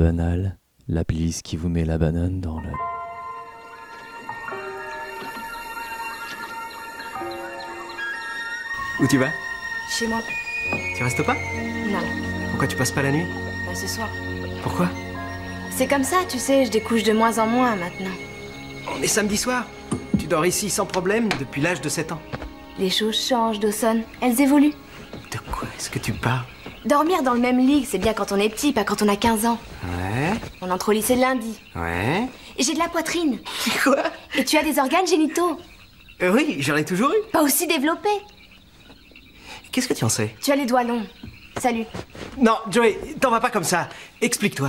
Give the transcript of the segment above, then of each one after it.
banal, la playlist qui vous met la banane dans le... Où tu vas? Chez moi. Tu restes pas? Non. Pourquoi tu passes pas la nuit? Bah ce soir. Pourquoi? C'est comme ça, tu sais, je découche de moins en moins maintenant. On est samedi soir. Tu dors ici sans problème depuis l'âge de 7 ans. Les choses changent, Dawson. Elles évoluent. De quoi est-ce que tu parles? Dormir dans le même lit, c'est bien quand on est petit, pas quand on a 15 ans. Ouais. On entre au lycée le lundi. Ouais. Et j'ai de la poitrine. Quoi? Et tu as des organes génitaux. Oui, j'en ai toujours eu. Pas aussi développés. Qu'est-ce que tu en sais? Tu as les doigts longs. Salut. Non, Joey, t'en vas pas comme ça. Explique-toi.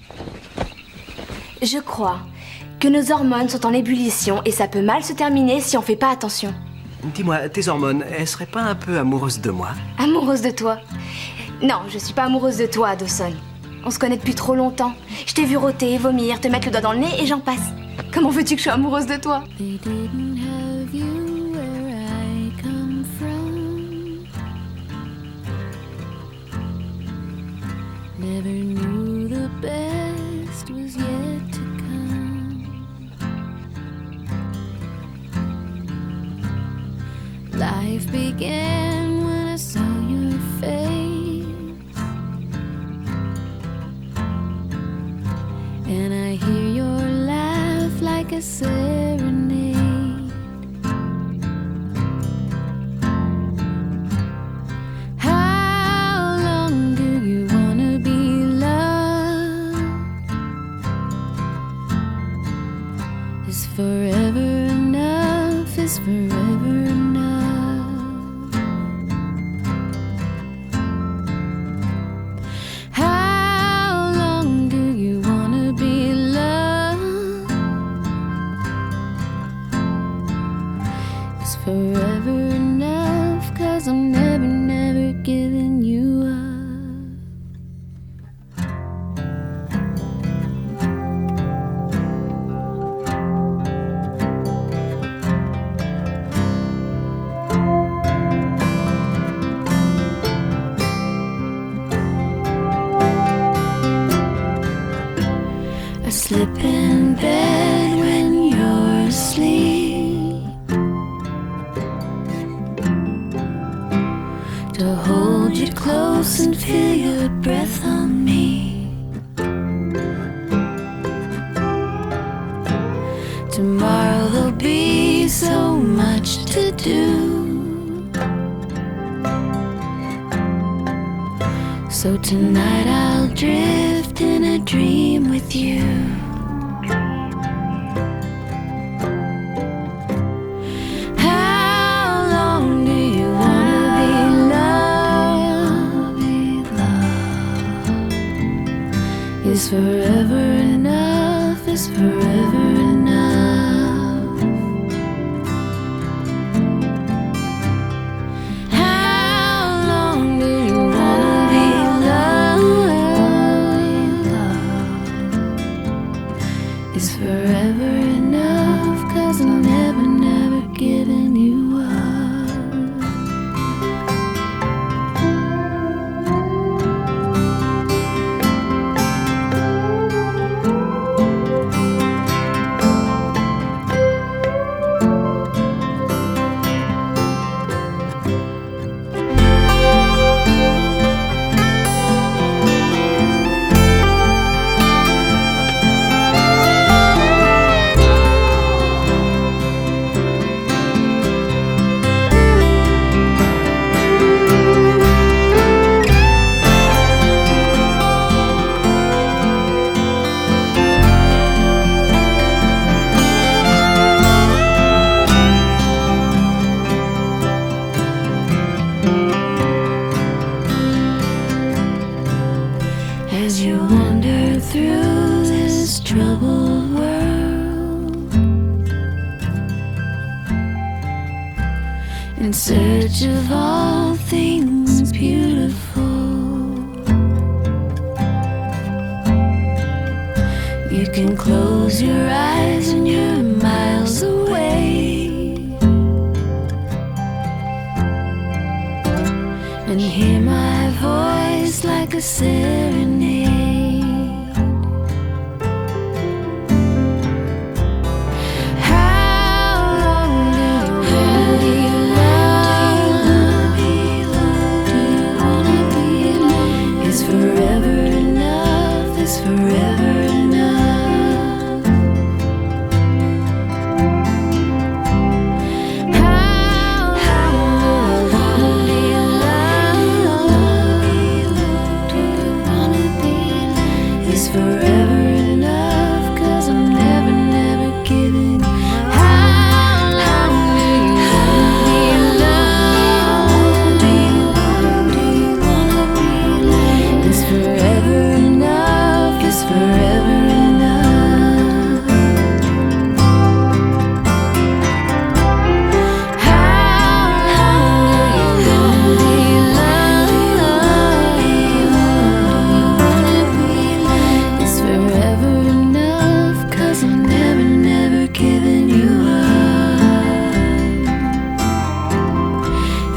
Je crois que nos hormones sont en ébullition et ça peut mal se terminer si on fait pas attention. Dis-moi, tes hormones, elles seraient pas un peu amoureuses de moi? Amoureuse de toi? Non, je suis pas amoureuse de toi, Dawson. On se connaît depuis trop longtemps. Je t'ai vu rôter, vomir, te mettre le doigt dans le nez et j'en passe. Comment veux-tu que je sois amoureuse de toi? They didn't have you where I come from. Never knew the best was yet to come. Life began when I saw your face, and I hear your laugh like a serenade. How long do you wanna be loved? Is forever enough? Is forever enough? How long do you wanna be loved? Is forever enough? 'Cause I'm never, never giving you up. I slip in bed when you're asleep, to hold you close and feel your breath on me. Tomorrow there'll be so much to do, so tonight I'll drift in a dream with you. How long do you wanna be loved? Is forever enough? Is forever enough? How long do you wanna be loved? Is forever enough? 'Cause I'm never, never giving you up. As you wander through this troubled world, in search of all things beautiful, you can close your eyes and you're miles away, and hear my voice like a serenade.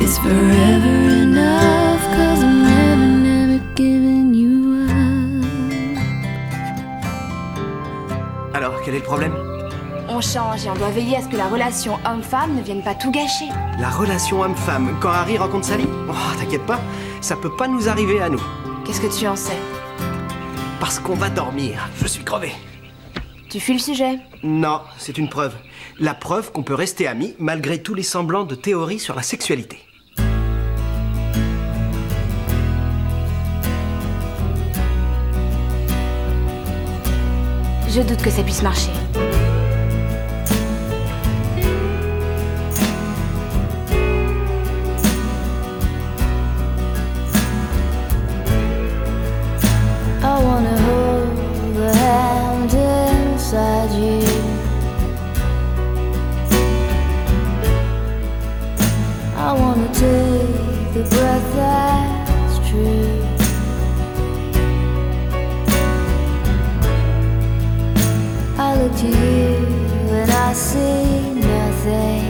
It's forever enough, 'cause I'm never, never giving you up. Alors, quel est le problème? On change et on doit veiller à ce que la relation homme-femme ne vienne pas tout gâcher. La relation homme-femme, quand Harry rencontre Sally? Oh, t'inquiète pas, ça peut pas nous arriver à nous. Qu'est-ce que tu en sais? Parce qu'on va dormir, je suis crevé. Tu fuis le sujet? Non, c'est une preuve. La preuve qu'on peut rester amis malgré tous les semblants de théorie sur la sexualité. Je doute que ça puisse marcher. I wanna hold the hand inside you. I wanna take the breath that's true. I look to you and I see nothing.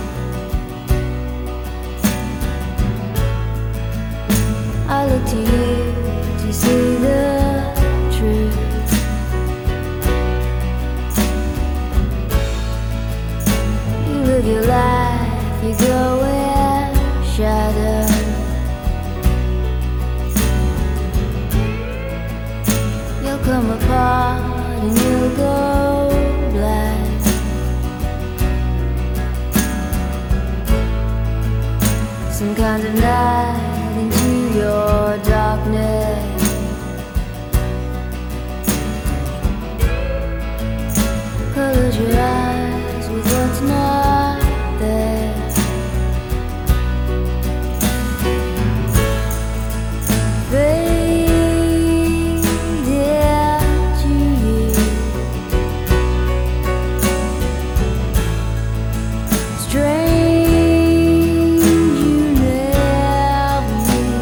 I look to you to see the truth. You live your life, you go in shadow. You'll come apart and you'll go black. Some kind of night into your darkness. Close your eyes with what's not there. Fade into you. Strange you never knew.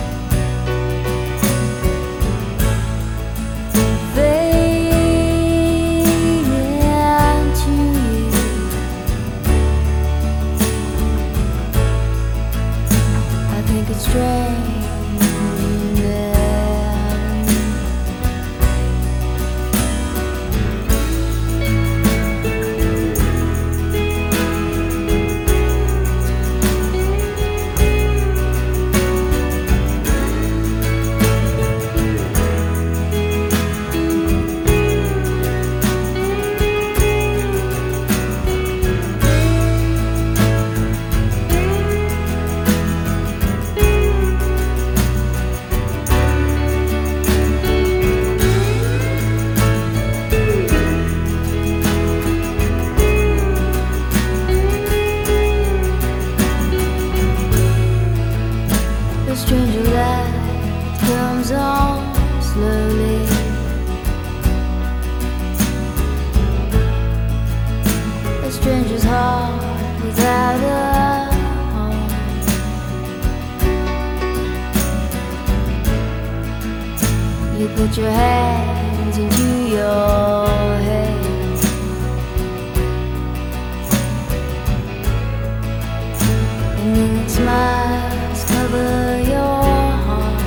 stranger's heart without a home. You put your hands into your head, and then smiles cover your heart.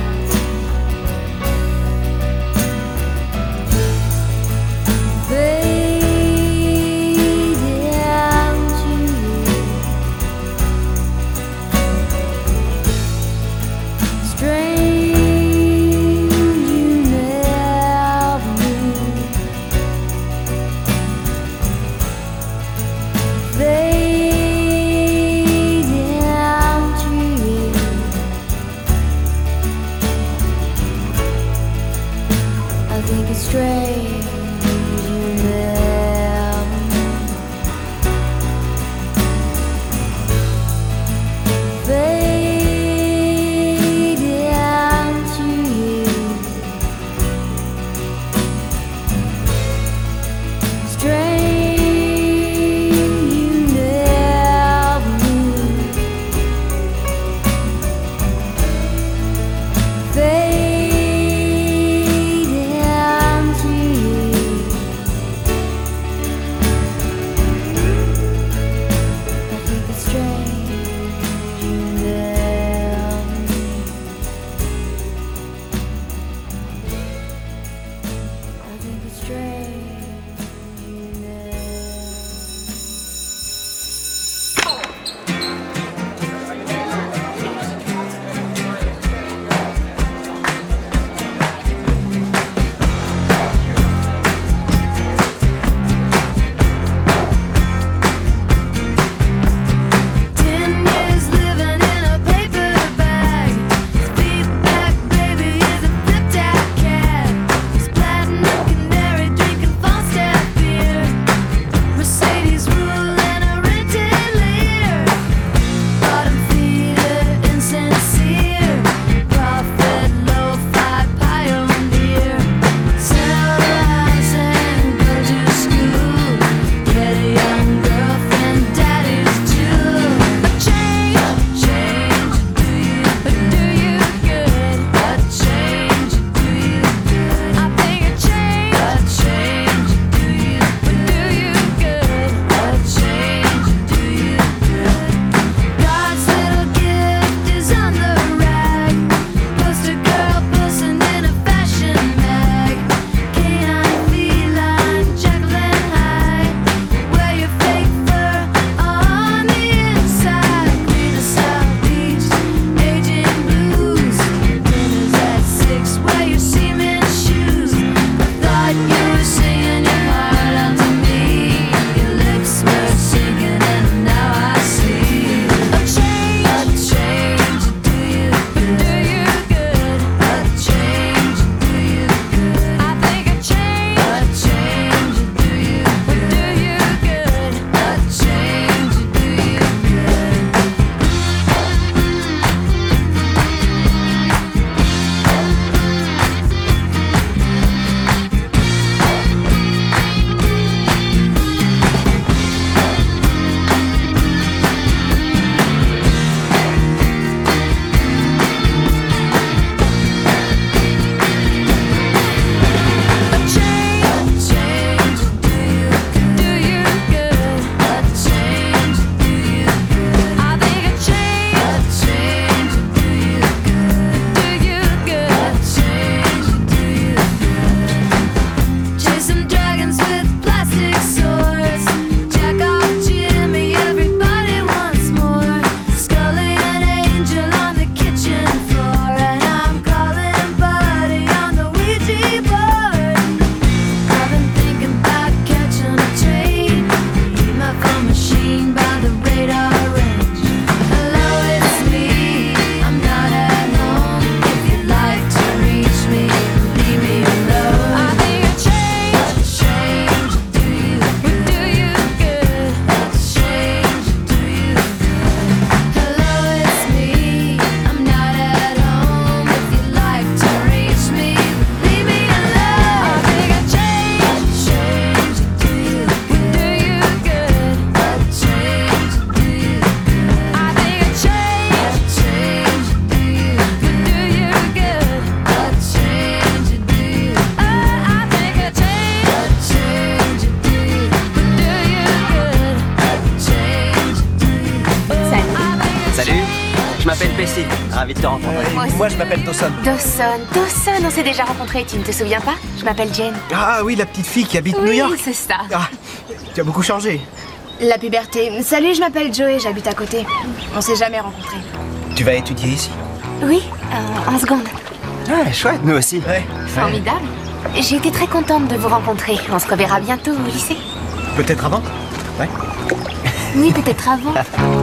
ici. Ravi de te rencontrer. Moi, je m'appelle Dawson. Dawson, on s'est déjà rencontrés, tu ne te souviens pas? Je m'appelle Jane. Ah oui, la petite fille qui habite New Oui, York. c'est ça. Ah, tu as beaucoup changé. La puberté. Salut, je m'appelle Joey, j'habite à côté. On s'est jamais rencontrés. Tu vas étudier ici? Oui, en seconde. Ouais, chouette, nous aussi. Ouais. Formidable. J'ai été très contente de vous rencontrer. On se reverra bientôt au lycée. Peut-être avant? Ouais. Oui, peut-être avant.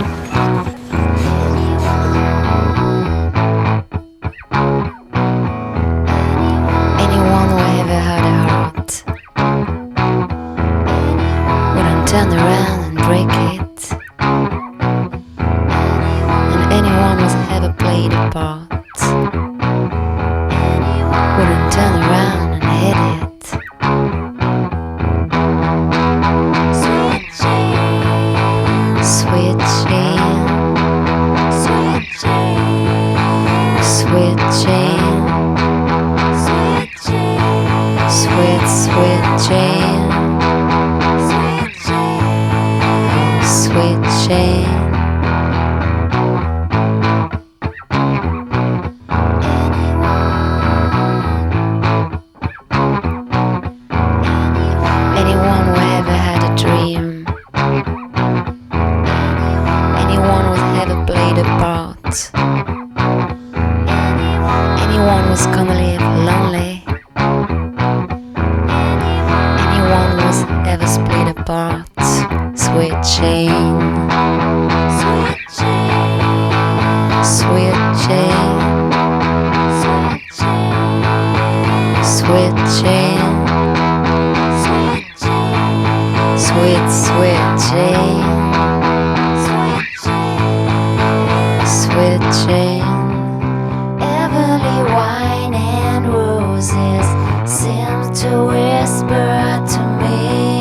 Anyone who ever had a heart wouldn't turn around and break it. And anyone who's ever played a part wouldn't turn around and hit it. Sweet Jane, sweet Jane, sweet Jane, sweet Jane, sweet, sweet Jane, sweet Jane, sweet Jane. Anyone who ever had a dream, anyone who's ever played a part, anyone who's gonna live lonely, anyone who's ever split apart. Sweet Jane, sweet Jane, sweet Jane, sweet Jane, sweet, sweet Jane, sweet Jane. Heavenly wine and roses seem to whisper to me.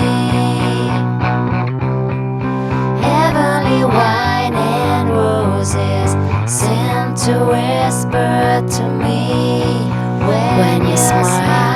Heavenly wine and roses seem to whisper to me when you smile.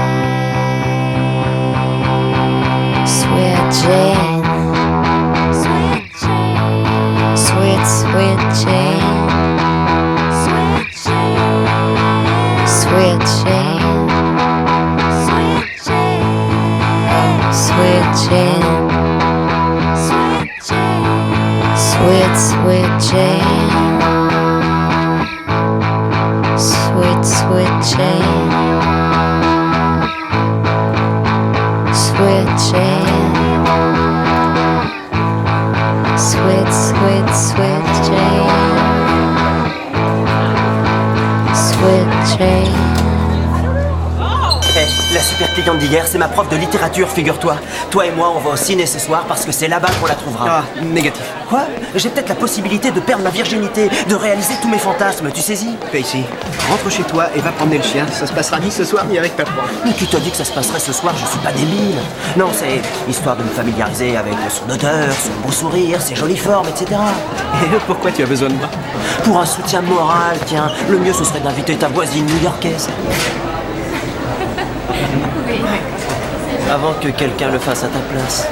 Sweet Jane, sweet Jane, sweet, sweet Jane, sweet Jane, sweet Jane, sweet Jane, sweet Jane, sweet Jane, sweet, sweet Jane, sweet, sweet Jane, sweet Jane, sweet, sweet, sweet Jane, sweet Jane. Hey, la super cliente d'hier, c'est ma prof de littérature, figure-toi. Toi et moi, on va au ciné ce soir parce que c'est là-bas qu'on la trouvera. Ah, négatif. Quoi? J'ai peut-être la possibilité de perdre ma virginité, de réaliser tous mes fantasmes, tu saisis? Casey, rentre chez toi et va promener le chien. Ça se passera ni ce soir ni avec ta prof. Mais tu t'as dit que ça se passerait ce soir, je suis pas débile. Non, c'est histoire de me familiariser avec son odeur, son beau sourire, ses jolies formes, etc. Et pourquoi tu as besoin de moi? Pour un soutien moral, tiens, le mieux ce serait d'inviter ta voisine new-yorkaise. Avant que quelqu'un le fasse à ta place.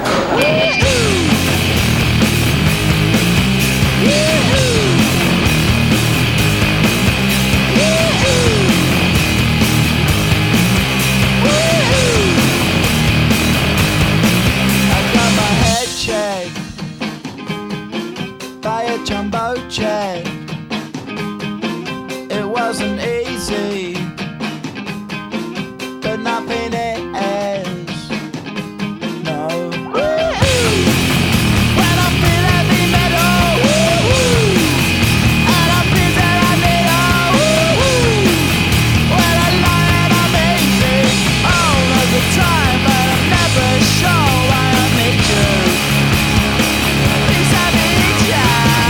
By a jumbo jet. It wasn't easy, but nothing is. No. When I feel heavy metal, and I feel that I need when I lie and I'm easy all of the time, but I'm never sure why I need you. Please I need you.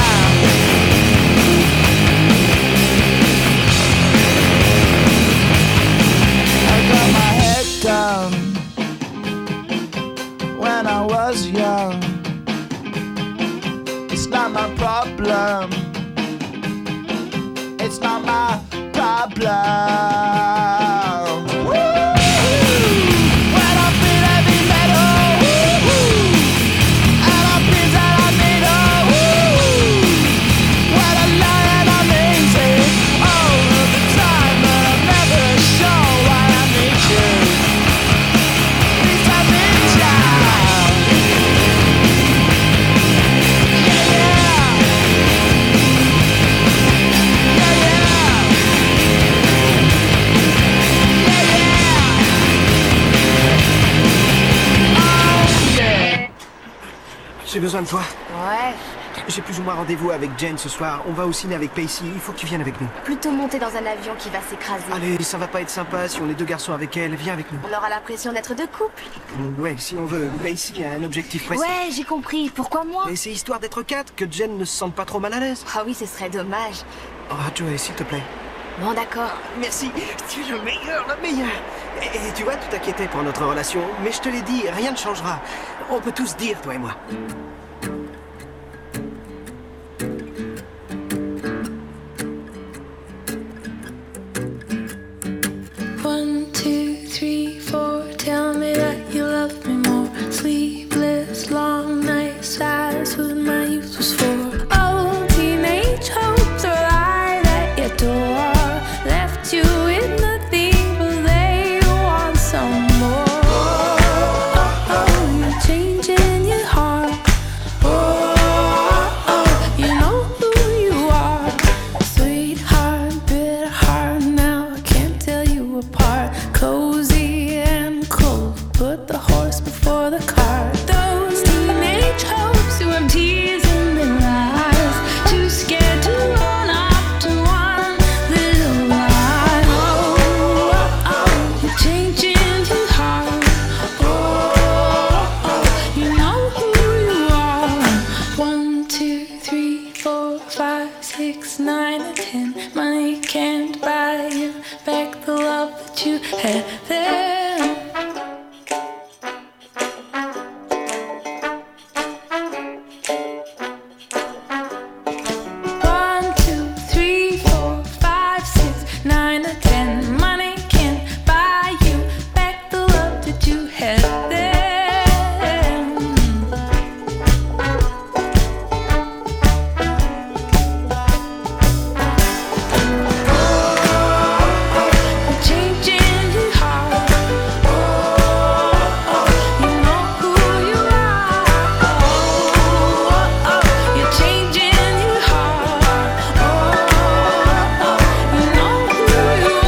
I got my head down when I was young. It's not my problem. It's not my problem. When I feel heavy metal, and I feel that I need when I lie and I'm easy. besoin de toi. Ouais. J'ai plus ou moins rendez-vous avec Jen ce soir. On va au ciné avec Pacey. Il faut que tu viennes avec nous. Plutôt monter dans un avion qui va s'écraser. Allez, ça va pas être sympa si on est deux garçons avec elle. Viens avec nous. On aura l'impression d'être deux couples. Ouais, si on veut. Pacey a un objectif précis. Ouais, j'ai compris. Pourquoi moi? Mais c'est histoire d'être quatre, que Jen ne se sente pas trop mal à l'aise. Ah oui, ce serait dommage. Oh, Joey, s'il te plaît. Bon, d'accord. Merci, tu es le meilleur, le meilleur. Et tu vois, tout t'inquiétais pour notre relation, mais je te l'ai dit, rien ne changera. On peut tous dire, toi et moi. One, two, three, four. Tell me that you love me more. Sleepless, long nights. That's what my youth was for. Oh, teenage hopes are lied at your door. Left you with nothing, but they want some more. Oh, oh, you're changing your heart. Oh, oh, you know who you are. Sweetheart, bitter heart. Now I can't tell you apart. Cozy and cold. Put the horse before the cart. Those teenage hopes who have tears in their eyes. Too scared to run up to one little lie. Oh, oh, oh, you're changing your heart. Oh, oh, you know who you are. 1, 2, 3, 4, 5, 6, 9, and 10. Money can't buy you back the love that you had then. One, two, three, four, five, 6, 9, or 10. Money can't buy you back the love that you had then. You're changing your heart. Oh, oh, you know who you are. Oh, oh, you're changing your heart. Oh, oh, you know who you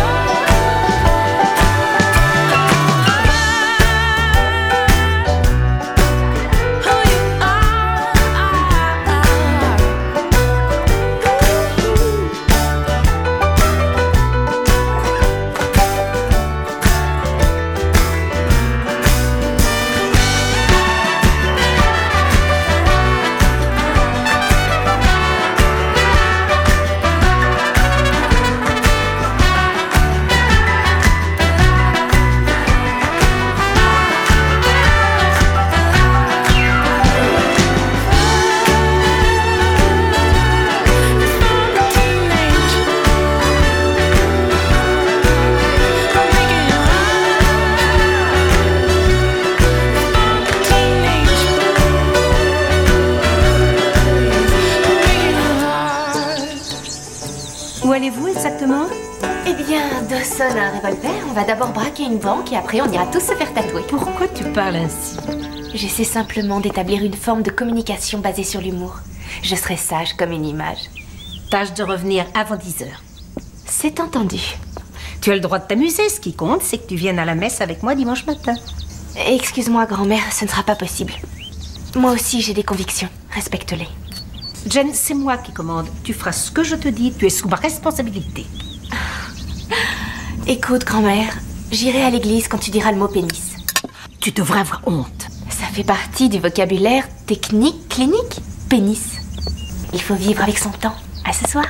Où allez-vous exactement? Eh bien, Dawson a un revolver. On va d'abord braquer une banque et après on ira tous se faire tatouer. Pourquoi tu parles ainsi? J'essaie simplement d'établir une forme de communication basée sur l'humour. Je serai sage comme une image. Tâche de revenir avant 10 heures. C'est entendu. Tu as le droit de t'amuser, ce qui compte, c'est que tu viennes à la messe avec moi dimanche matin. Excuse-moi, grand-mère, ce ne sera pas possible. Moi aussi, j'ai des convictions. Respecte-les. Jen, c'est moi qui commande. Tu feras ce que je te dis, tu es sous ma responsabilité. Écoute, grand-mère, j'irai à l'église quand tu diras le mot pénis. Tu devrais avoir honte. Ça fait partie du vocabulaire technique, clinique. Pénis. Il faut vivre avec son temps. À ce soir.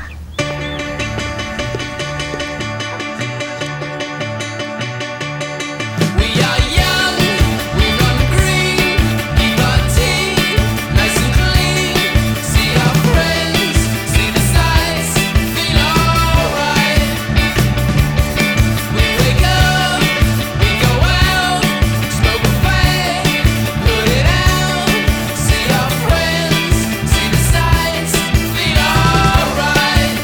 We are young, we run green, keep our tea nice and clean. See our friends, see the sights, feel alright. We wake up, we go out, smoke a fag, put it out. See our friends, see the sights, feel alright.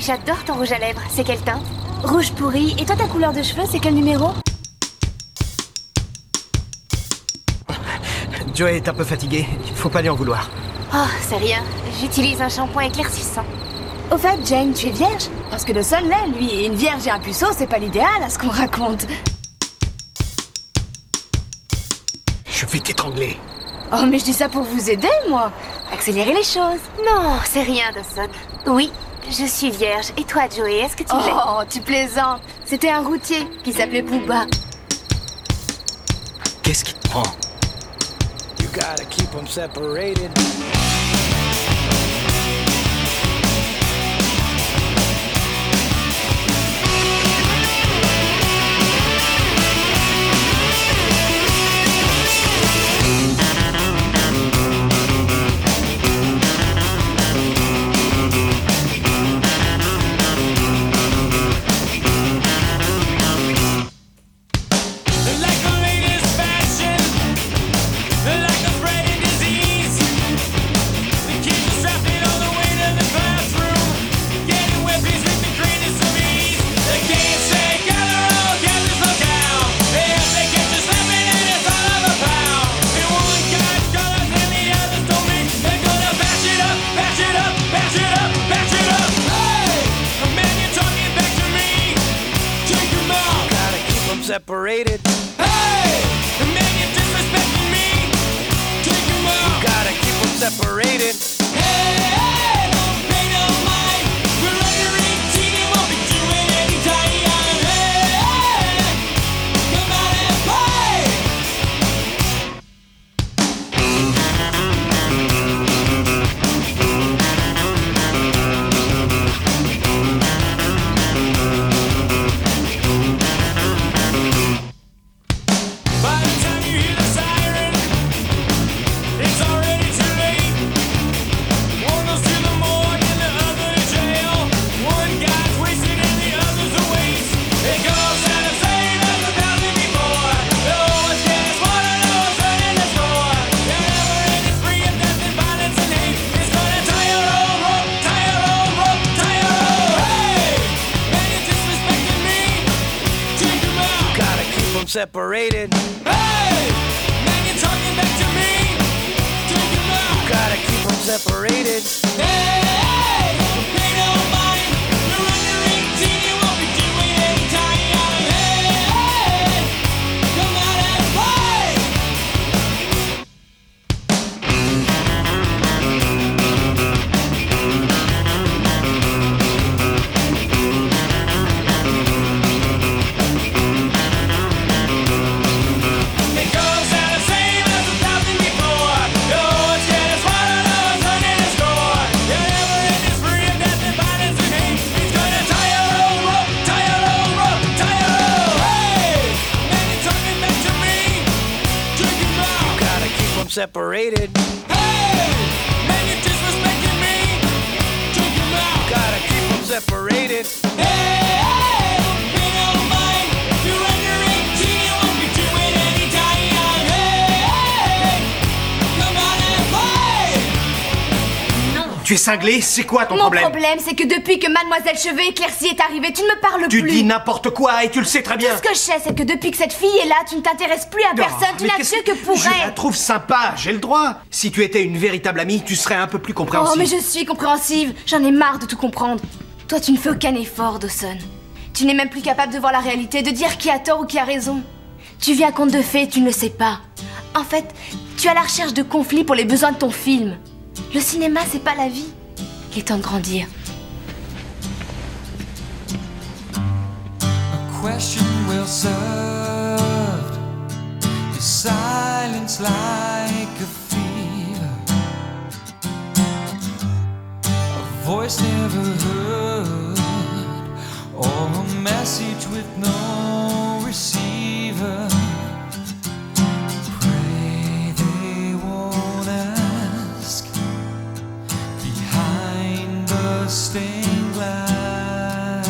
J'adore ton rouge à lèvres. C'est quelle teinte? Rouge pourri. Et toi, ta couleur de cheveux, c'est quel numéro? Joey est un peu fatigué, il faut pas lui en vouloir. Oh, c'est rien. J'utilise un shampoing éclaircissant. Au fait, Jane, tu es vierge? Parce que Dawson l'est, lui, et une vierge et un puceau, c'est pas l'idéal à ce qu'on raconte. Je vais t'étrangler. Oh, mais je dis ça pour vous aider, moi. Accélérer les choses. Non, c'est rien, Dawson. Oui, je suis vierge. Et toi, Joey, est-ce que tu l'es? Oh, tu plaisantes. C'était un routier qui s'appelait Booba. Qu'est-ce qui te prend? You gotta keep them separated. Like the latest fashion, like the spreading disease. The kids are strapping on the way to the classroom, getting weapons with the greatest of ease. They can't say gather all, gather slow down. They get you slapping and it's all of a pound. And one guy's colors and the others don't mix. They're gonna bash it up, bash it up, bash it up, bash it up. Hey, man, you're talking back to me. Take your mouth. Gotta keep them separated. Hey, man, you're disrespecting me. Take him out. Gotta keep them separated. Hey, don't pay no mind. We're under 18 and won't be doing any time. Hey, come out and play. By the time you hear the siren, it's already too late. One goes to the morgue and the other to jail. One guy's wasted and the other's a waste. It goes out of saying as 1,000 before. No one's getting smarter, no one's turning the score. Your never-ending spree of death and violence and hate is gonna tie your own rope, tie your own rope, tie your own. Hey, man, you're disrespecting me. Take him out. Gotta keep them separated. Hey, man, you're talking back to me. Take him out. Gotta keep them separated. Hey, don't pay no mind. You're under 18, you won't be doing any time. Hey, come out and play. It goes out the same as 1,000 before. No one's getting smarter, no one's turning the score. Your never-ending spree of death and violence and hate is gonna tie your own rope, tie your own rope, tie your own. Hey, man, you're talking back to me. Take him out. Gotta keep them separated. Hey, man, you're disrespecting me. Take him out. Gotta keep them separated. Hey, don't pay no mind. You're under 18, you won't be doing any time. Hey, come out and play. Tu es cinglé? C'est quoi ton Mon problème? problème, c'est que depuis que Mademoiselle Cheveux éclaircie est arrivée, tu ne me parles Tu plus. dis n'importe quoi et tu le sais très bien. Tout ce que je sais, c'est que depuis que cette fille est là, tu ne t'intéresses plus à personne, tu mais n'as qu'est-ce que pour Je la elle. trouve sympa, j'ai le droit. Si tu étais une véritable amie, tu serais un peu plus compréhensive. Oh, mais je suis compréhensive. J'en ai marre de tout comprendre. Toi, tu ne fais aucun effort, Dawson. Tu n'es même plus capable de voir la réalité, de dire qui a tort ou qui a raison. Tu vis un conte de fées, tu ne le sais pas. En fait, tu es à la recherche de conflits pour les besoins de ton film. Le cinéma, c'est pas la vie. Il est temps de grandir. A question well served. Your silence like a fever. A voice never heard. Or a message with no receiver. Pray they won't ask behind the stained glass.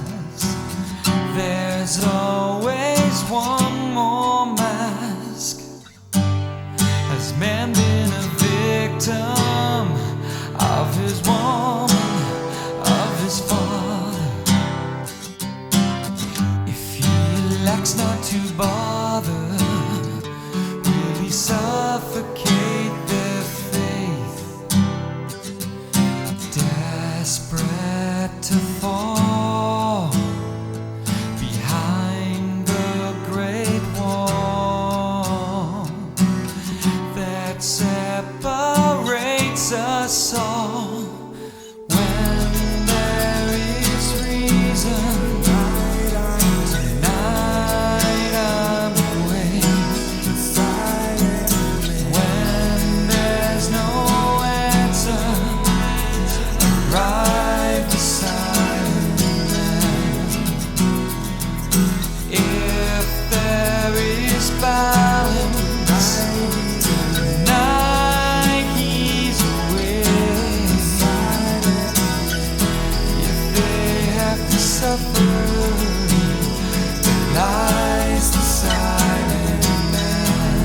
There's always one more mask. Has man been a victim of his woman, of his father? we suffocate their faith, desperate to fall behind the great wall that separates us all. When there is reason, tonight I'm awake. When there's no answer, arrive the silent man. If there is balance, tonight he's awake. If they have to suffer, then lies the silent man.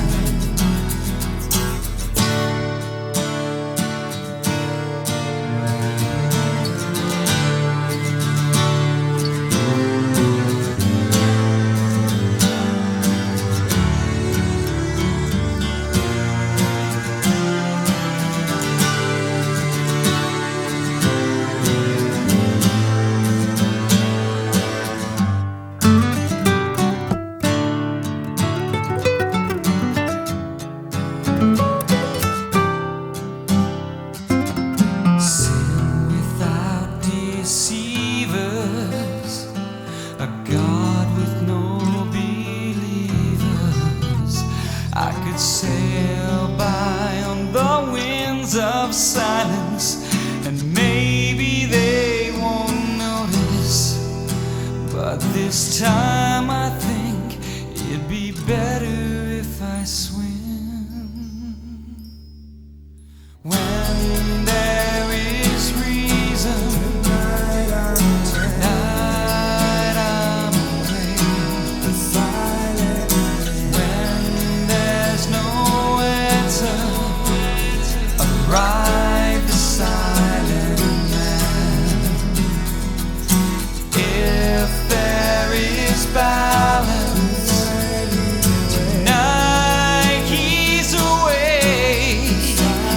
Sin without deceivers, a God with no believers. I could sail by on the winds of silence, and maybe they won't notice. But this time I think it'd be better if I swim. When there is reason, tonight I'm awake. When there's no answer, arrive the silent man. If there is balance, tonight he's awake.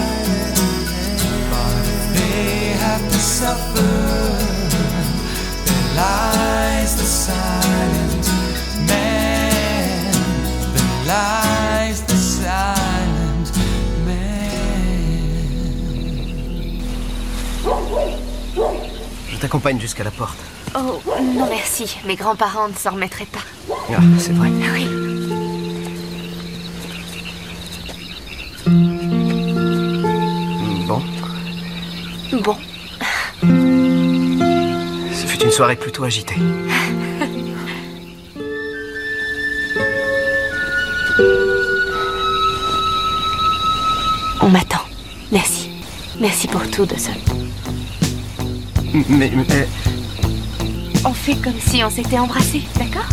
But if they have to suffer, there lies the silent man. There lies the silent man. Je t'accompagne jusqu'à la porte. Oh, non merci. Mes grands-parents ne s'en remettraient pas. Ah, c'est vrai. Oui. Bon, Bon. ce fut une soirée plutôt agitée. On m'attend. Merci. Merci pour tout, Dawson. Mais On fait comme si on s'était embrassés, d'accord?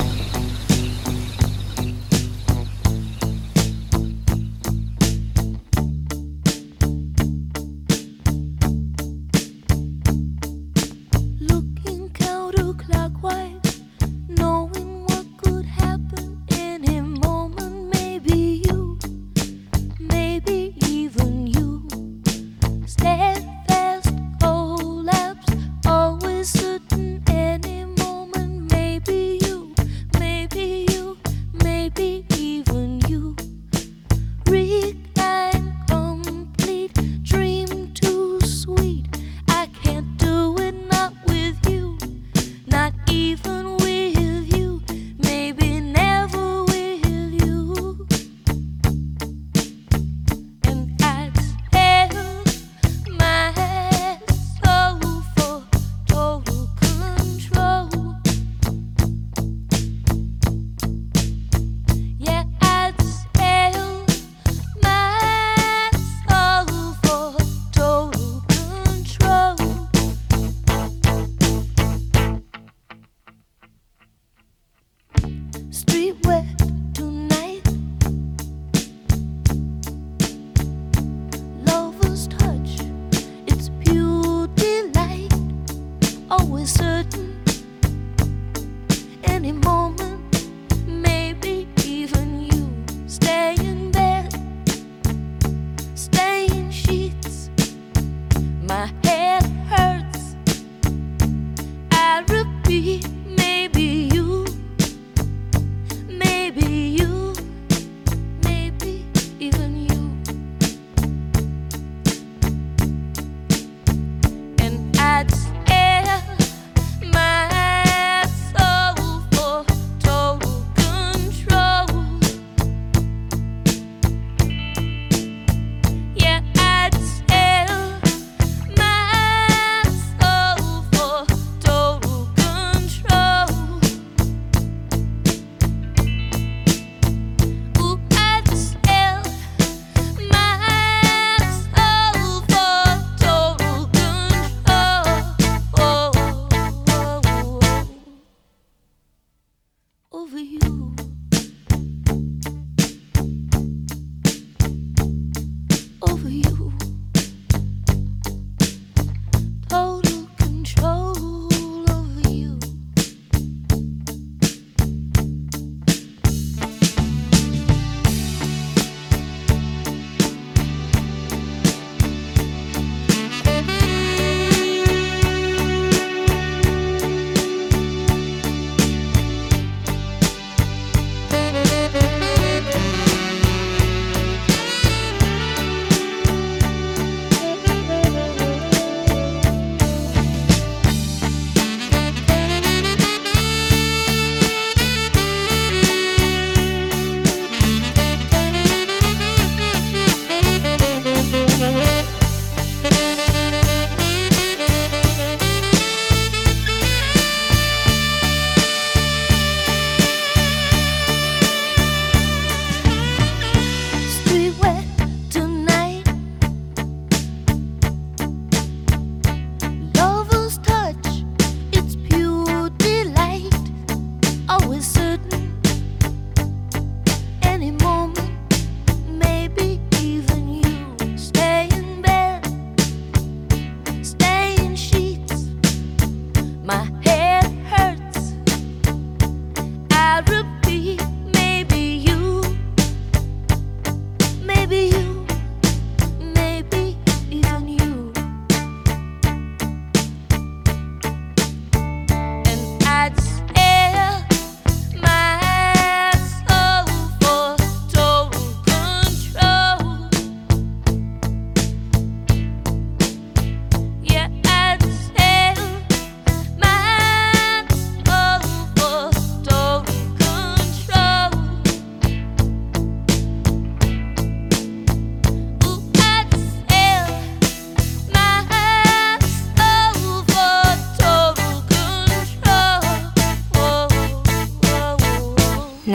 Looking counterclockwise, knowing what could happen any moment. Maybe you, maybe even you. Steadfast collapse, always certain any moment. Maybe you,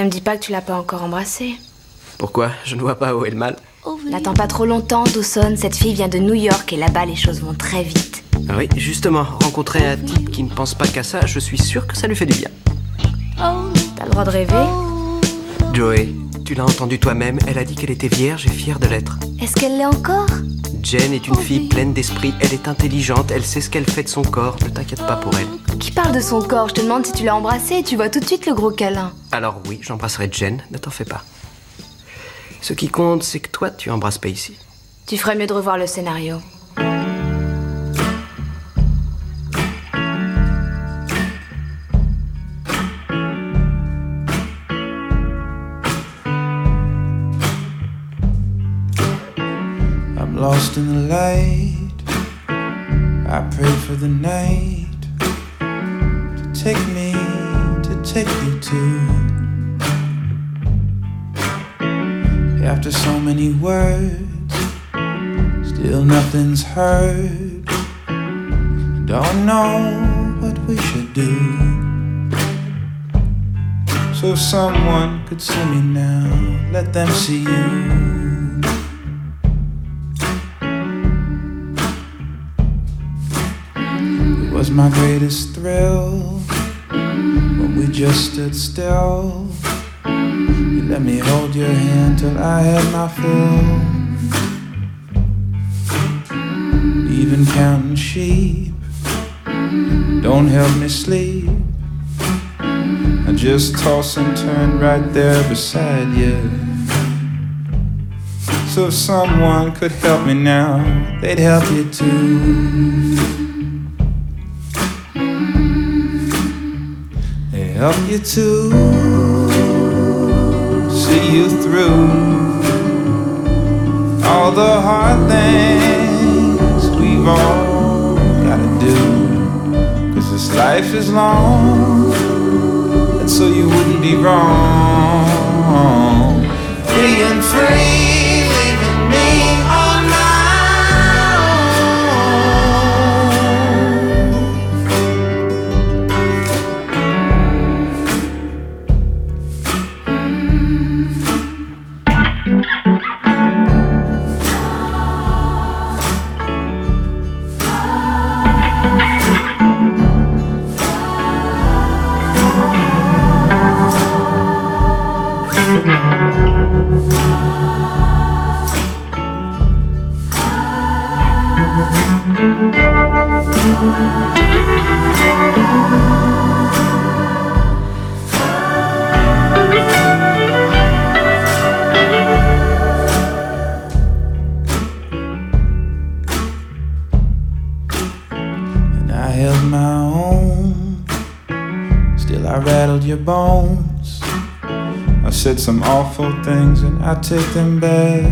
me dis pas que tu l'as pas encore embrassée. Pourquoi? Je ne vois pas où est le mal. N'attends pas trop longtemps, Dawson. Cette fille vient de New York et là-bas, les choses vont très vite. Ah oui, justement, rencontrer un type qui ne pense pas qu'à ça, je suis sûr que ça lui fait du bien. T'as le droit de rêver. Joey, tu l'as entendu toi-même, elle a dit qu'elle était vierge et fière de l'être. Est-ce qu'elle l'est encore? Jen est une fille pleine d'esprit, elle est intelligente, elle sait ce qu'elle fait de son corps, ne t'inquiète pas pour elle. Qui parle de son corps? Je te demande si tu l'as embrassée, tu vois tout de suite le gros câlin. Alors oui, j'embrasserai Jen, ne t'en fais pas. Ce qui compte, c'est que toi, tu embrasses Pacey. Tu ferais mieux de revoir le scénario. I'm lost in the light. I pray for the night to take me to. After so many words, still nothing's heard. Don't know what we should do. So if someone could see me now, let them see you. It was my greatest thrill when we just stood still. You let me hold your hand till I had my fill. Even counting sheep don't help me sleep. I just toss and turn right there beside you. So if someone could help me now, they'd help you too. They help you too. See you through all the hard things we've all gotta do. 'Cause this life is long, and so you wouldn't be wrong. Being free, leaving me on my And I held my own, still I rattled your bones. I said some awful things and I take them back.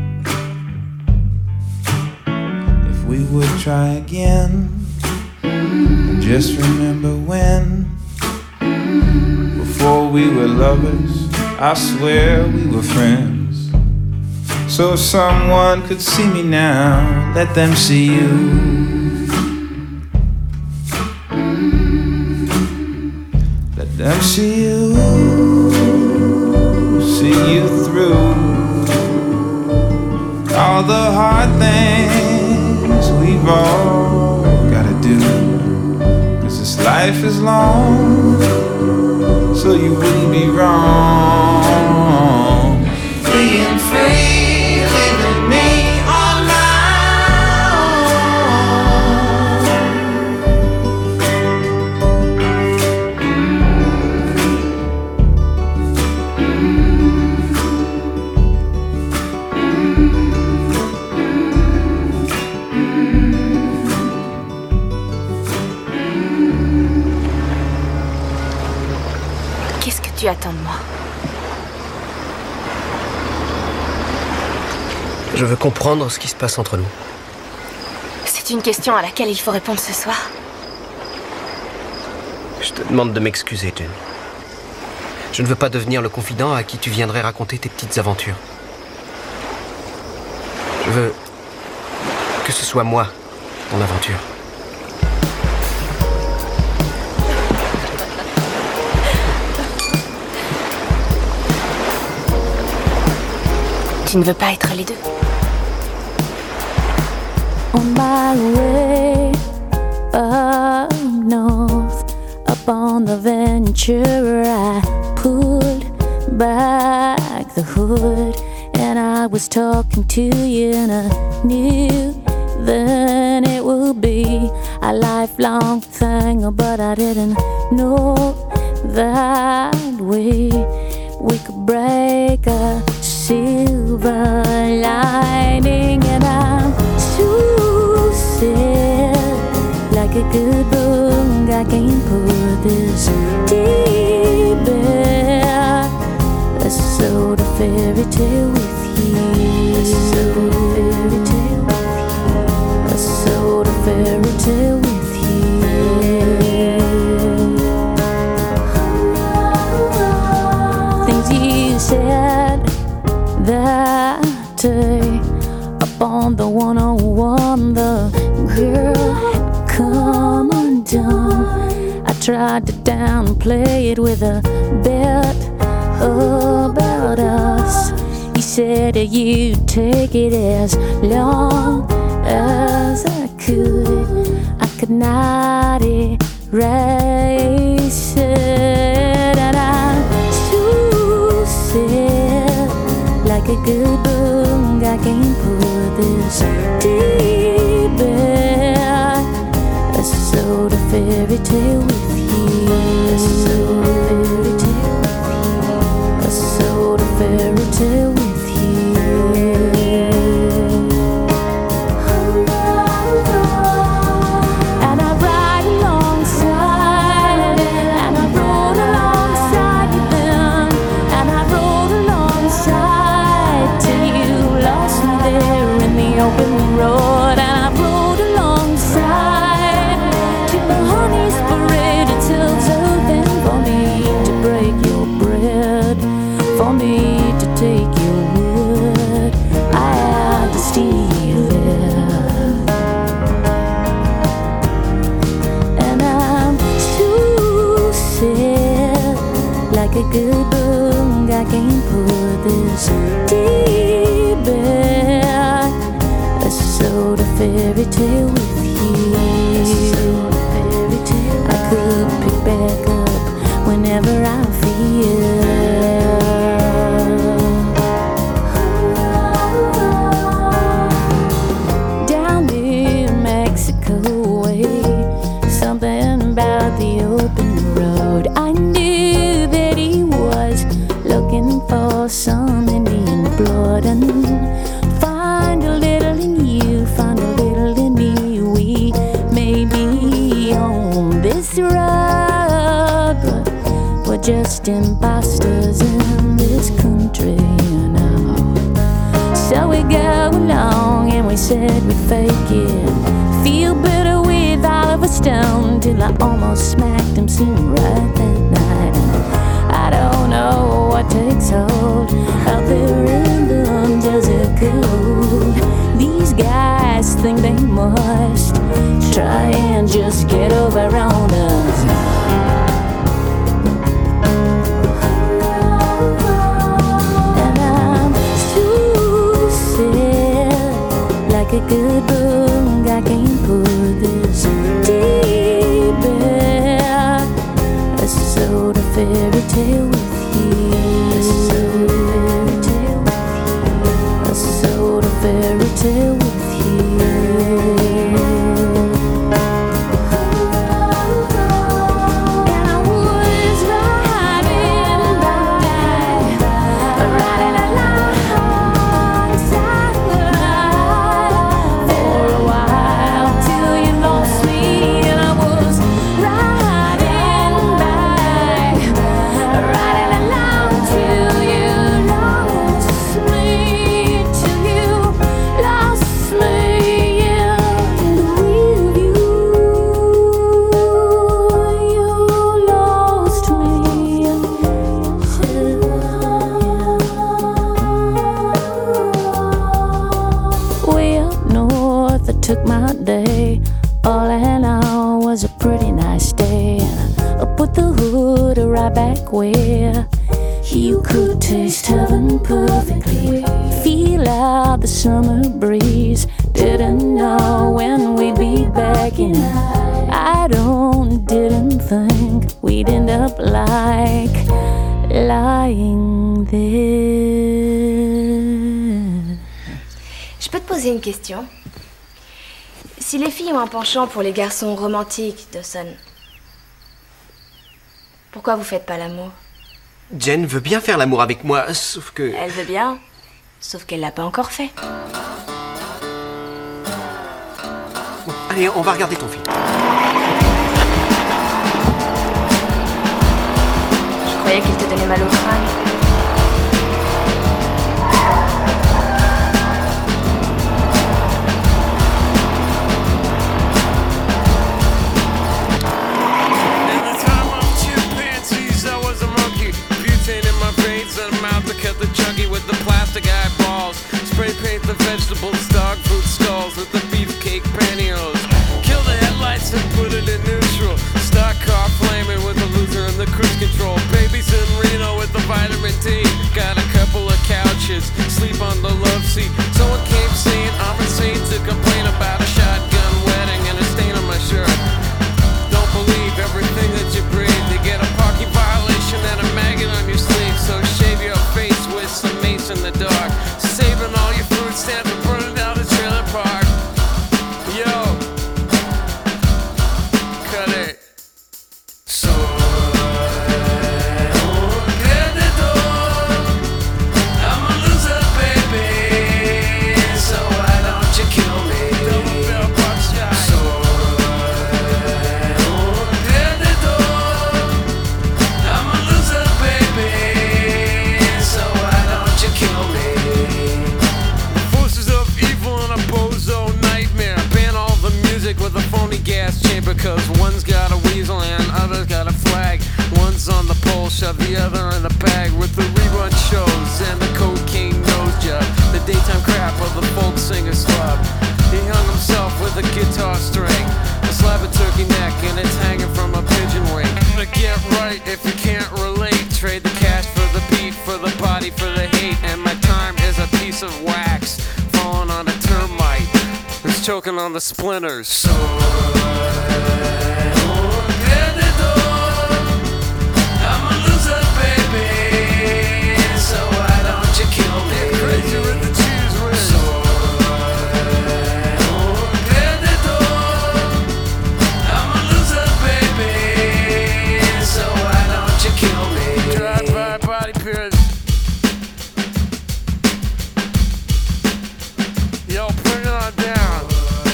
If we would try again, and just remember when, before we were lovers, I swear we were friends. So if someone could see me now, let them see you. Let them see you. See you through all the hard things we've all gotta do. 'Cause this life is long, so you wouldn't be wrong. Being free, leaving me on my Qu'est-ce que tu attends de moi? Je veux comprendre ce qui se passe entre nous. C'est une question à laquelle il faut répondre ce soir. Je te demande de m'excuser, Jen. Je ne veux pas devenir le confident à qui tu viendrais raconter tes petites aventures. Je veux que ce soit moi, ton aventure. qui ne veut pas être les deux. On my way up north, up on the Ventura, I pulled back the hood, and I was talking to you, and I knew then it would be a lifelong thing, but I didn't know that we could break a silver lining. And I'm so sad, like a good book, I can't put this deep back. A sort of fairy tale with you, a sort of fairy tale with you, a sort of fairy tale with you. Things you said that day up on the 101, the girl had come undone. I tried to downplay it with a bet about us. You said you'd take it as long as I could not erase it. And I'm so sad, like a good book, I can't put this deep back. A sort of fairy tale with you, a sort of fairy tale with you, a sort of fairy tale with you. And I ride alongside, and I rode alongside you then, and I rode alongside till you lost me there in the open road. And I rode alongside till the honey's parade tells open for me to break your bread, for me to take your wood. I had to steal it, and I'm so sad, like a good book, I can't put this deep back. A sort of fairy tale with you, a sort of fairy tale. I could pick back up whenever I feel. Down in Mexico way, something about the open road. I knew that he was looking for some Indian blood, and find a little in you, find a little in me. We may be on this road, but we're just imposters in this country now. So we go along and we said we'd fake it, feel better with Oliver Stone, till I almost smacked him seem right that night. And I don't know what takes hold out there in the desert cold. These guys think they must try and just get over on us. And I'm so sad, like a good book, I can't put this deep back. A sort of fairy tale with you, a sort of fairy tale with you, a sort of fairy tale with you. And I was riding alongside for a while till you lost me. And I was riding along till you lost me, till you lost me in the review. You lost me. Way up north, I took my day. All in all was a pretty nice day. And I put the hood right back where You could taste heaven perfectly. Feel out the summer breeze. Didn't know when we'd be back in. Didn't think we'd end up like lying there. Je peux te poser une question? Si les filles ont un penchant pour les garçons romantiques, Dawson, pourquoi vous faites pas l'amour? Jen veut bien faire l'amour avec moi, sauf que... Elle veut bien, sauf qu'elle l'a pas encore fait. Bon, allez, on va regarder ton film. Je croyais qu'il te donnait mal au crâne. The chuggy with the plastic eyeballs. Spray paint the vegetables, dog food skulls with the beefcake pantyhose. Kill the headlights and put it in neutral. Stock car flaming with the Luther and the cruise control. Babies in Reno with the vitamin D. Got a couple of couches, sleep on the love seat. Someone came saying I'm insane to complain about a shotgun wedding and a stain on my shirt. Don't believe everything that you breathe. You get a parking violation and a maggot on your sleeve. So shave your face with some mace in the dark. Saving all your food stamps and burning down the trailer park. Yo, cut it. So I'm a loser, baby. So why don't you kill me? So I'm a loser, baby. So why don't you kill me? Forces of evil and a bozo nightmare. Ban all the music with a phony gas chamber. Cause one's got a weasel and other's got a flag. One's on the pole, shove the other in a bag. With the rerun shows and the cocaine nose job. The daytime crap of the folk singer's club. He hung himself with a guitar string. A slab of turkey neck and it's hanging from a pigeon wing. But get right if you can't relate. Trade the cash for the beat, for the body, for the hate. And my time is a piece of wax falling on a termite. It's choking on the splinters. So I'm a loser, baby. So why don't you kill me? Get crazy with the cheese whiz. So I'm a loser, baby. So why don't you kill me? Drive-by body pierce. Yo, bring it on down.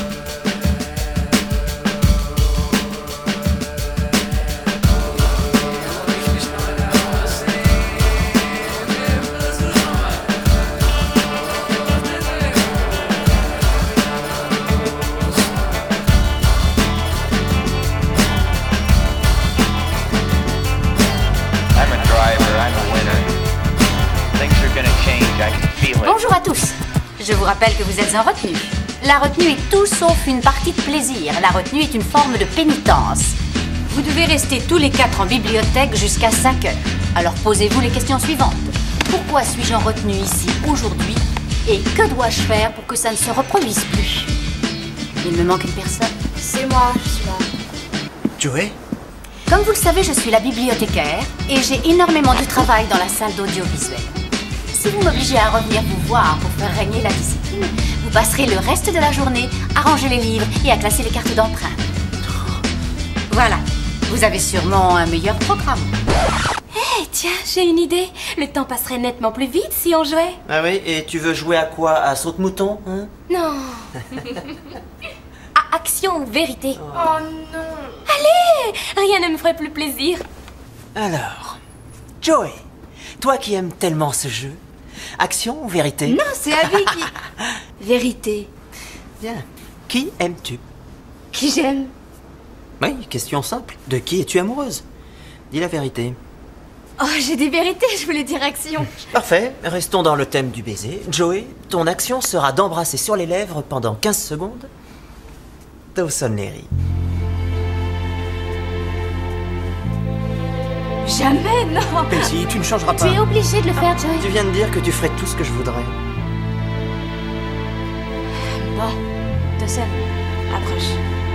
I'm a driver, I'm a winner. Things are gonna change, I can feel it. Bonjour à tous. Je vous rappelle que vous êtes en retenue. La retenue est tout sauf une partie de plaisir. La retenue est une forme de pénitence. Vous devez rester tous les 4 en bibliothèque jusqu'à 5 heures. Alors posez-vous les questions suivantes. Pourquoi suis-je en retenue ici aujourd'hui? Et que dois-je faire pour que ça ne se reproduise plus? Il me manque une personne. C'est moi, je suis là. Joey? Comme vous le savez, je suis la bibliothécaire et j'ai énormément de travail dans la salle d'audiovisuel. Si vous m'obligez à revenir vous voir pour faire régner la discipline, vous passerez le reste de la journée à ranger les livres et à classer les cartes d'emprunt. Voilà, vous avez sûrement un meilleur programme. Hé, tiens, j'ai une idée. Le temps passerait nettement plus vite si on jouait. Ah oui, et tu veux jouer à quoi? À saute-mouton, hein? Non. À action, vérité. Oh non. Allez, rien ne me ferait plus plaisir. Alors, Joey, toi qui aimes tellement ce jeu, action ou vérité? Non, c'est Abby qui... Vérité. Bien. Qui aimes-tu? Qui j'aime. Oui, question simple. De qui es-tu amoureuse? Dis la vérité. Oh, j'ai des vérités, je voulais dire action. Parfait, restons dans le thème du baiser. Joey, ton action sera d'embrasser sur les lèvres pendant 15 secondes Dawson Leary. Jamais, non. Elsie, tu ne changeras Tu pas. es obligé de le faire, Joey. Tu viens de dire que tu ferais tout ce que je voudrais. Bon, Dawson, approche.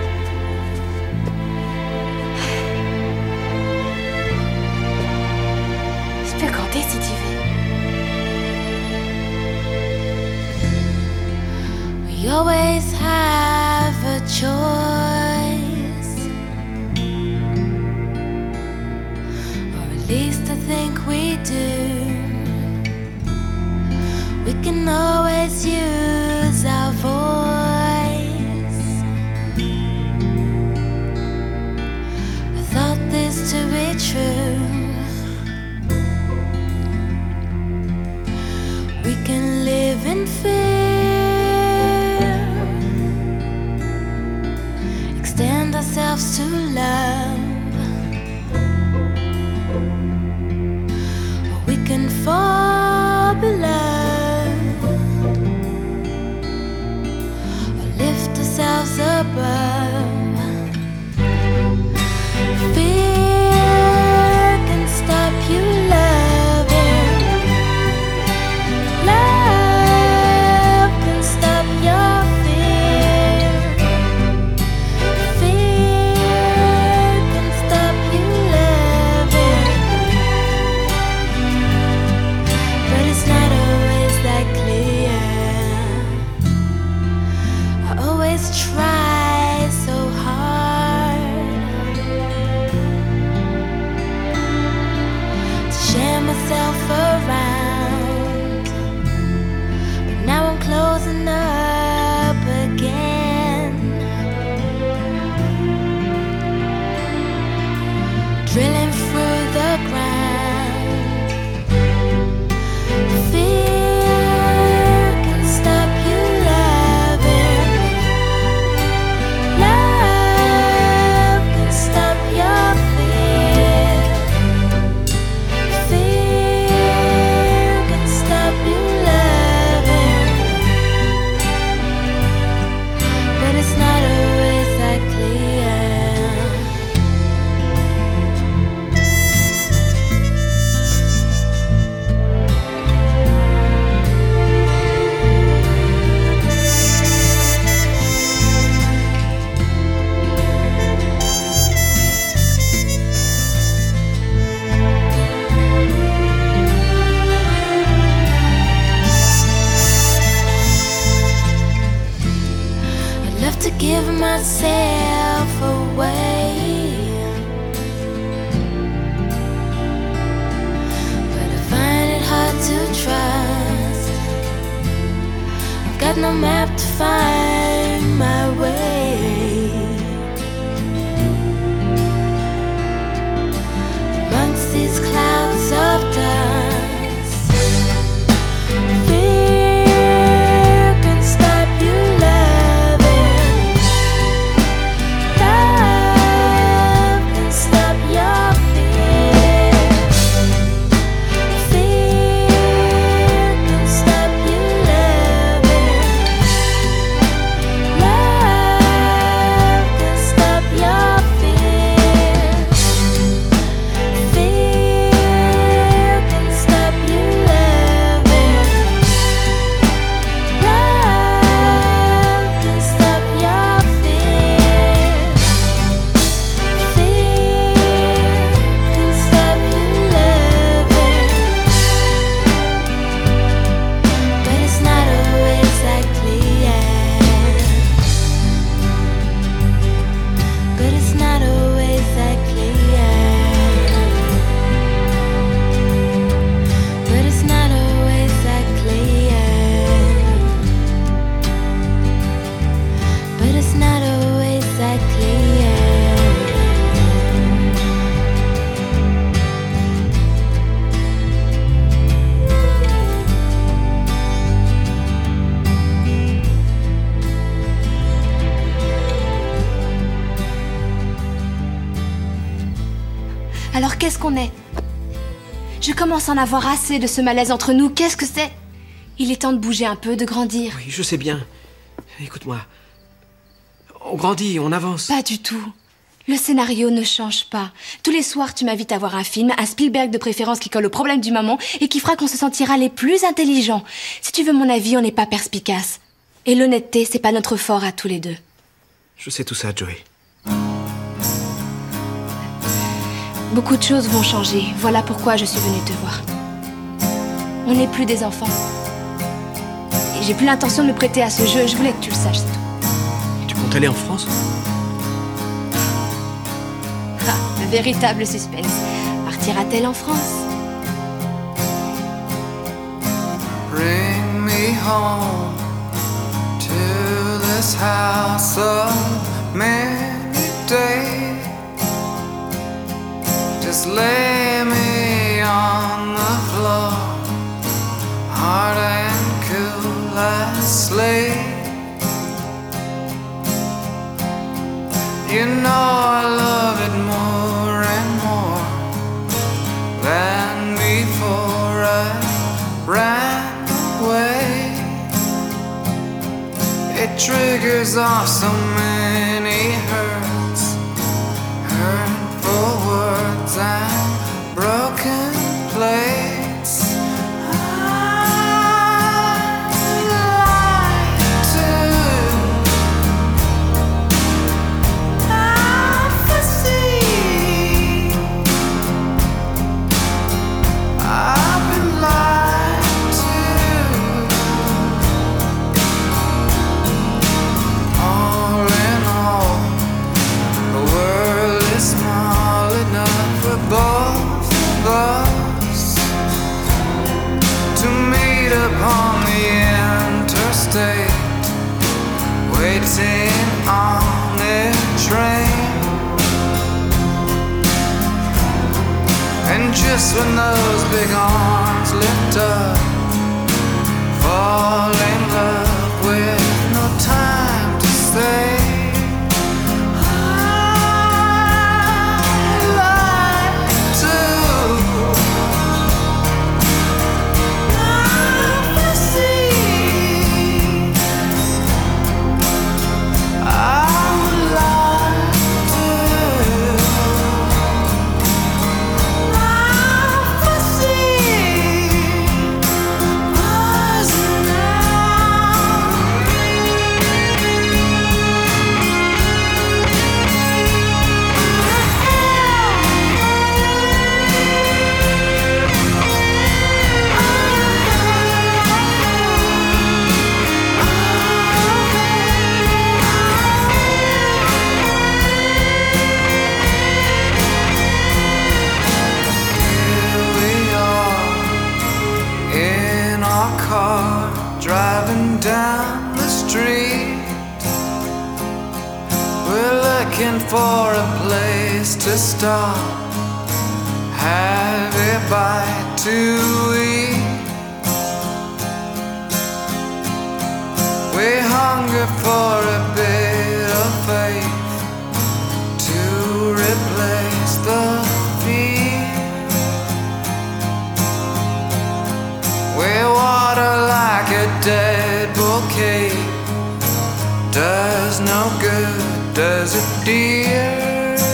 Je peux compter si tu veux. We always have a choice, or at least I think we do. We can always use our voice. I thought this to be true. We can live in fear, extend ourselves to love, or we can fall below, or lift ourselves above. Fear can stop you loving. Love can stop your fear. Fear can stop you loving. But it's not always that clear. I always try so hard to share myself around, but now I'm closing up again, drilling through the ground. Fear can stop you loving. Love can stop your fear. Fear can stop you loving. But it's not always that clear. I'd love to give myself away, but I find it hard to trust. I've got no map to find my way. Amongst these clouds of dust, fear can stop you loving. Love can stop your fear. Fear can stop you loving. Love can stop your fear. Fear can stop you loving. Love can stop your fear. Fear can stop you loving. But it's not always that clear. But it's not always that clear. But it's not always that clear. But it's not always that clear. Alors qu'est-ce qu'on est? Je commence à en avoir assez de ce malaise entre nous. Qu'est-ce que c'est? Il est temps de bouger un peu, de grandir. Oui, je sais bien. Écoute-moi. On grandit, on avance. Pas du tout. Le scénario ne change pas. Tous les soirs, tu m'invites à voir un film, un Spielberg de préférence qui colle au problème du moment et qui fera qu'on se sentira les plus intelligents. Si tu veux mon avis, on n'est pas perspicace. Et l'honnêteté, c'est pas notre fort à tous les deux. Je sais tout ça, Joey. Beaucoup de choses vont changer. Voilà pourquoi je suis venue te voir. On n'est plus des enfants. Et j'ai plus l'intention de me prêter à ce jeu. Je voulais que tu le saches, c'est tout. Tu comptes aller en France? Ah, le véritable suspense. Partira-t-elle en France? Bring me home to this house of many days. Just lay me on the floor, hard and cool as sleep. You know I love it more and more than before I ran away. It triggers off so many hurts, hurtful words and broken plates. Both of us to meet upon the interstate, waiting on a train. And just when those big arms lift up, fall in love with no time to stay. Driving down the street, we're looking for a place to stop, have a bite to eat. We hunger for a bit of faith to replace the fear. We water like a dead bouquet, does no good, does it, dear?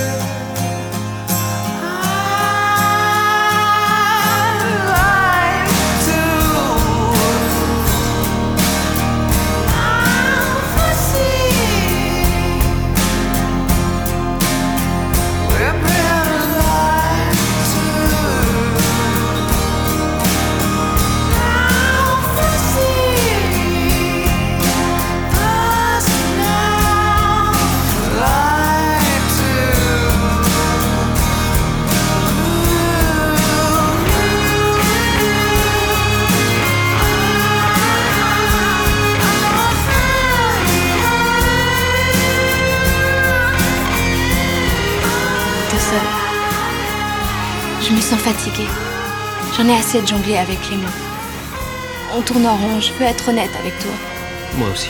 Je me sens fatiguée. J'en ai assez de jongler avec les mots. On tourne en rond, je veux être honnête avec toi. Moi aussi.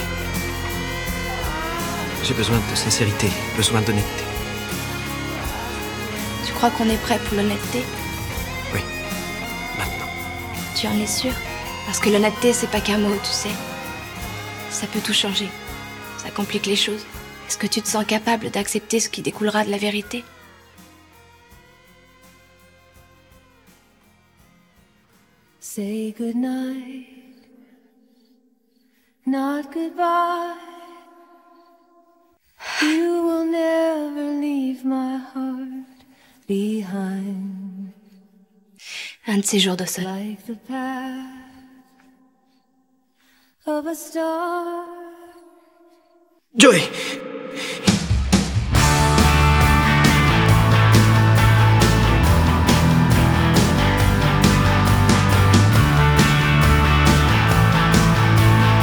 J'ai besoin de sincérité, besoin d'honnêteté. Tu crois qu'on est prêt pour l'honnêteté? Oui, maintenant. Tu en es sûr? Parce que l'honnêteté, c'est pas qu'un mot, tu sais. Ça peut tout changer. Ça complique les choses. Est-ce que tu te sens capable d'accepter ce qui découlera de la vérité? Say goodnight, not goodbye. You will never leave my heart behind. Un de ces jours de sol. Like the path of a star. Joey!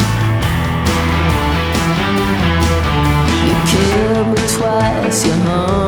You killed me twice, you hung